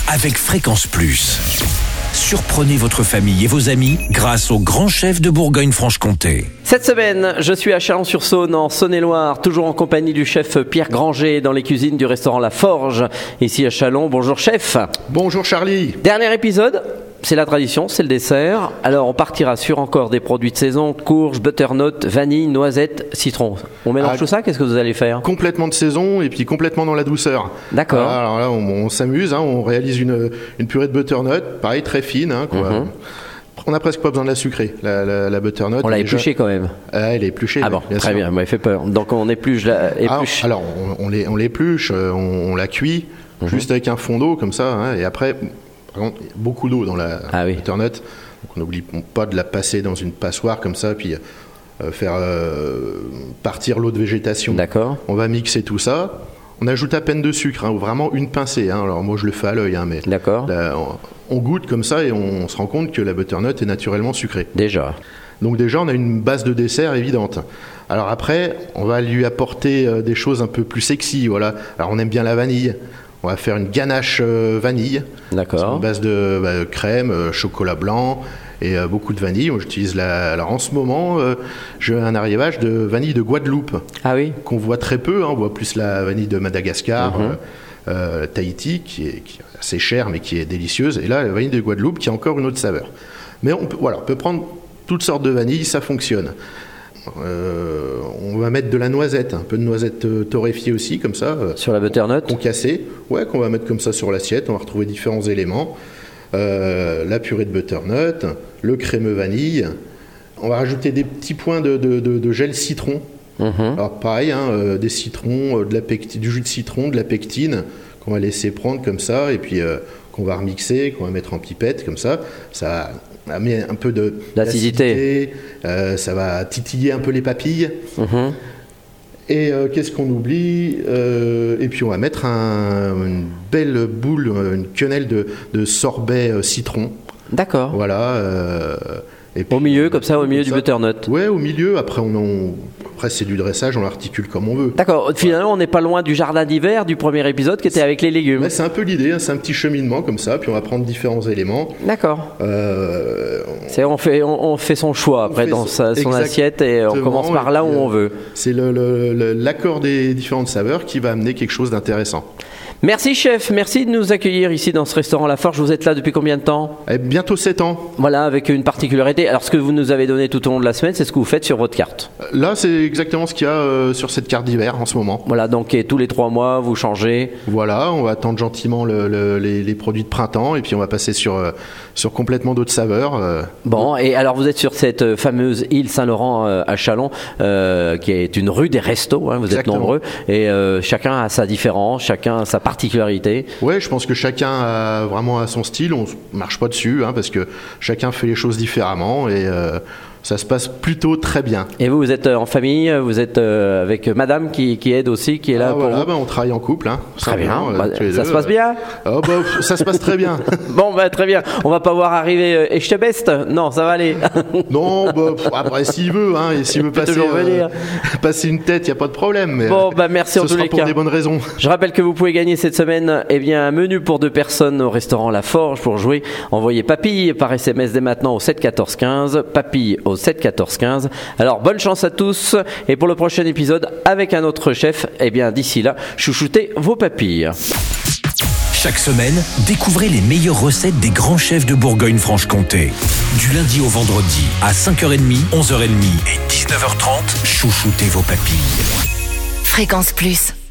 avec Fréquence Plus. Surprenez votre famille et vos amis grâce au grand chef de Bourgogne-Franche-Comté. Cette semaine, je suis à Chalon-sur-Saône, en Saône-et-Loire, toujours en compagnie du chef Pierre Granger dans les cuisines du restaurant La Forge, ici à Chalon. Bonjour chef. Bonjour Charlie. Dernier épisode, c'est la tradition, c'est le dessert. Alors on partira sur encore des produits de saison, courge, butternut, vanille, noisette, citron. On mélange tout ça, qu'est-ce que vous allez faire ? Complètement de saison et puis complètement dans la douceur. D'accord. Alors là, on s'amuse, on réalise une purée de butternut, pareil, très fine. On n'a presque pas besoin de la sucrer, la butternut. On l'a épluchée quand même. Elle est épluchée. Ah bon, très bien, elle fait peur. Donc on épluche Alors on l'épluche, on la cuit, juste avec un fond d'eau comme ça, et après... Par contre, il y a beaucoup d'eau dans la butternut, donc on n'oublie pas de la passer dans une passoire comme ça, puis faire partir l'eau de végétation. D'accord. On va mixer tout ça. On ajoute à peine de sucre, vraiment une pincée. Alors moi je le fais à l'œil, mais d'accord. Là, on goûte comme ça et on se rend compte que la butternut est naturellement sucrée. Déjà. Donc déjà on a une base de dessert évidente. Alors après, on va lui apporter des choses un peu plus sexy. Voilà. Alors on aime bien la vanille. On va faire une ganache vanille. D'accord. C'est une base de crème, chocolat blanc et beaucoup de vanille. Moi, j'utilise alors en ce moment, j'ai un arrivage de vanille de Guadeloupe. Ah oui. Qu'on voit très peu. On voit plus la vanille de Madagascar, Tahiti, qui est assez chère mais qui est délicieuse. Et là, la vanille de Guadeloupe qui a encore une autre saveur. Mais on peut prendre toutes sortes de vanille, ça fonctionne. On va mettre de la noisette, un peu de noisette torréfiée aussi, comme ça. Sur la butternut concassée, qu'on va mettre comme ça sur l'assiette. On va retrouver différents éléments. La purée de butternut, le crémeux vanille. On va rajouter des petits points de gel citron. Alors pareil, des citrons, du jus de citron, de la pectine qu'on va laisser prendre comme ça, et puis qu'on va remixer, qu'on va mettre en pipette comme ça. Ça met un peu d'acidité, ça va titiller un peu les papilles. Et qu'est-ce qu'on oublie et puis on va mettre une belle boule, une quenelle de sorbet citron. D'accord. Voilà. Et puis, au milieu, comme ça, au milieu du butternut. Ouais, au milieu. Après, après c'est du dressage, on l'articule comme on veut. D'accord. Finalement, on n'est pas loin du jardin d'hiver du premier épisode qui était avec les légumes. Ouais, c'est un peu l'idée, c'est un petit cheminement comme ça, puis on va prendre différents éléments. D'accord. On fait son choix après dans son assiette et on commence par là où on veut. C'est l'accord des différentes saveurs qui va amener quelque chose d'intéressant. Merci chef, merci de nous accueillir ici dans ce restaurant La Forge. Vous êtes là depuis combien de temps ? Bientôt 7 ans. Voilà, avec une particularité. Alors ce que vous nous avez donné tout au long de la semaine, c'est ce que vous faites sur votre carte. Là, c'est exactement ce qu'il y a sur cette carte d'hiver en ce moment. Voilà, donc tous les 3 mois, vous changez. Voilà, on va attendre gentiment les produits de printemps et puis on va passer sur complètement d'autres saveurs. Bon, et alors vous êtes sur cette fameuse île Saint-Laurent à Chalon, qui est une rue des restos, vous exactement. Êtes nombreux, et chacun a sa différence, chacun a sa particularité. Ouais, je pense que chacun a vraiment son style, on ne marche pas dessus, parce que chacun fait les choses différemment et ça se passe plutôt très bien. Et vous êtes en famille, vous êtes avec madame qui aide aussi, qui est là pour vous. On travaille en couple. Très bien, ça se passe bien. Ça se passe très bien. Bon, très bien. On va pas voir arriver et je te beste. Non, ça va aller. Non, après s'il veut, et s'il veut passer une tête, il n'y a pas de problème. Mais, merci en tous les cas. Ce sera pour des bonnes raisons. Je rappelle que vous pouvez gagner cette semaine un menu pour 2 personnes au restaurant La Forge pour jouer. Envoyez papille par SMS dès maintenant au 7 14 15. Papille au 7 14 15. Alors bonne chance à tous et pour le prochain épisode avec un autre chef, d'ici là, chouchoutez vos papilles. Chaque semaine, découvrez les meilleures recettes des grands chefs de Bourgogne-Franche-Comté. Du lundi au vendredi à 5h30, 11h30 et 19h30, chouchoutez vos papilles. Fréquence Plus.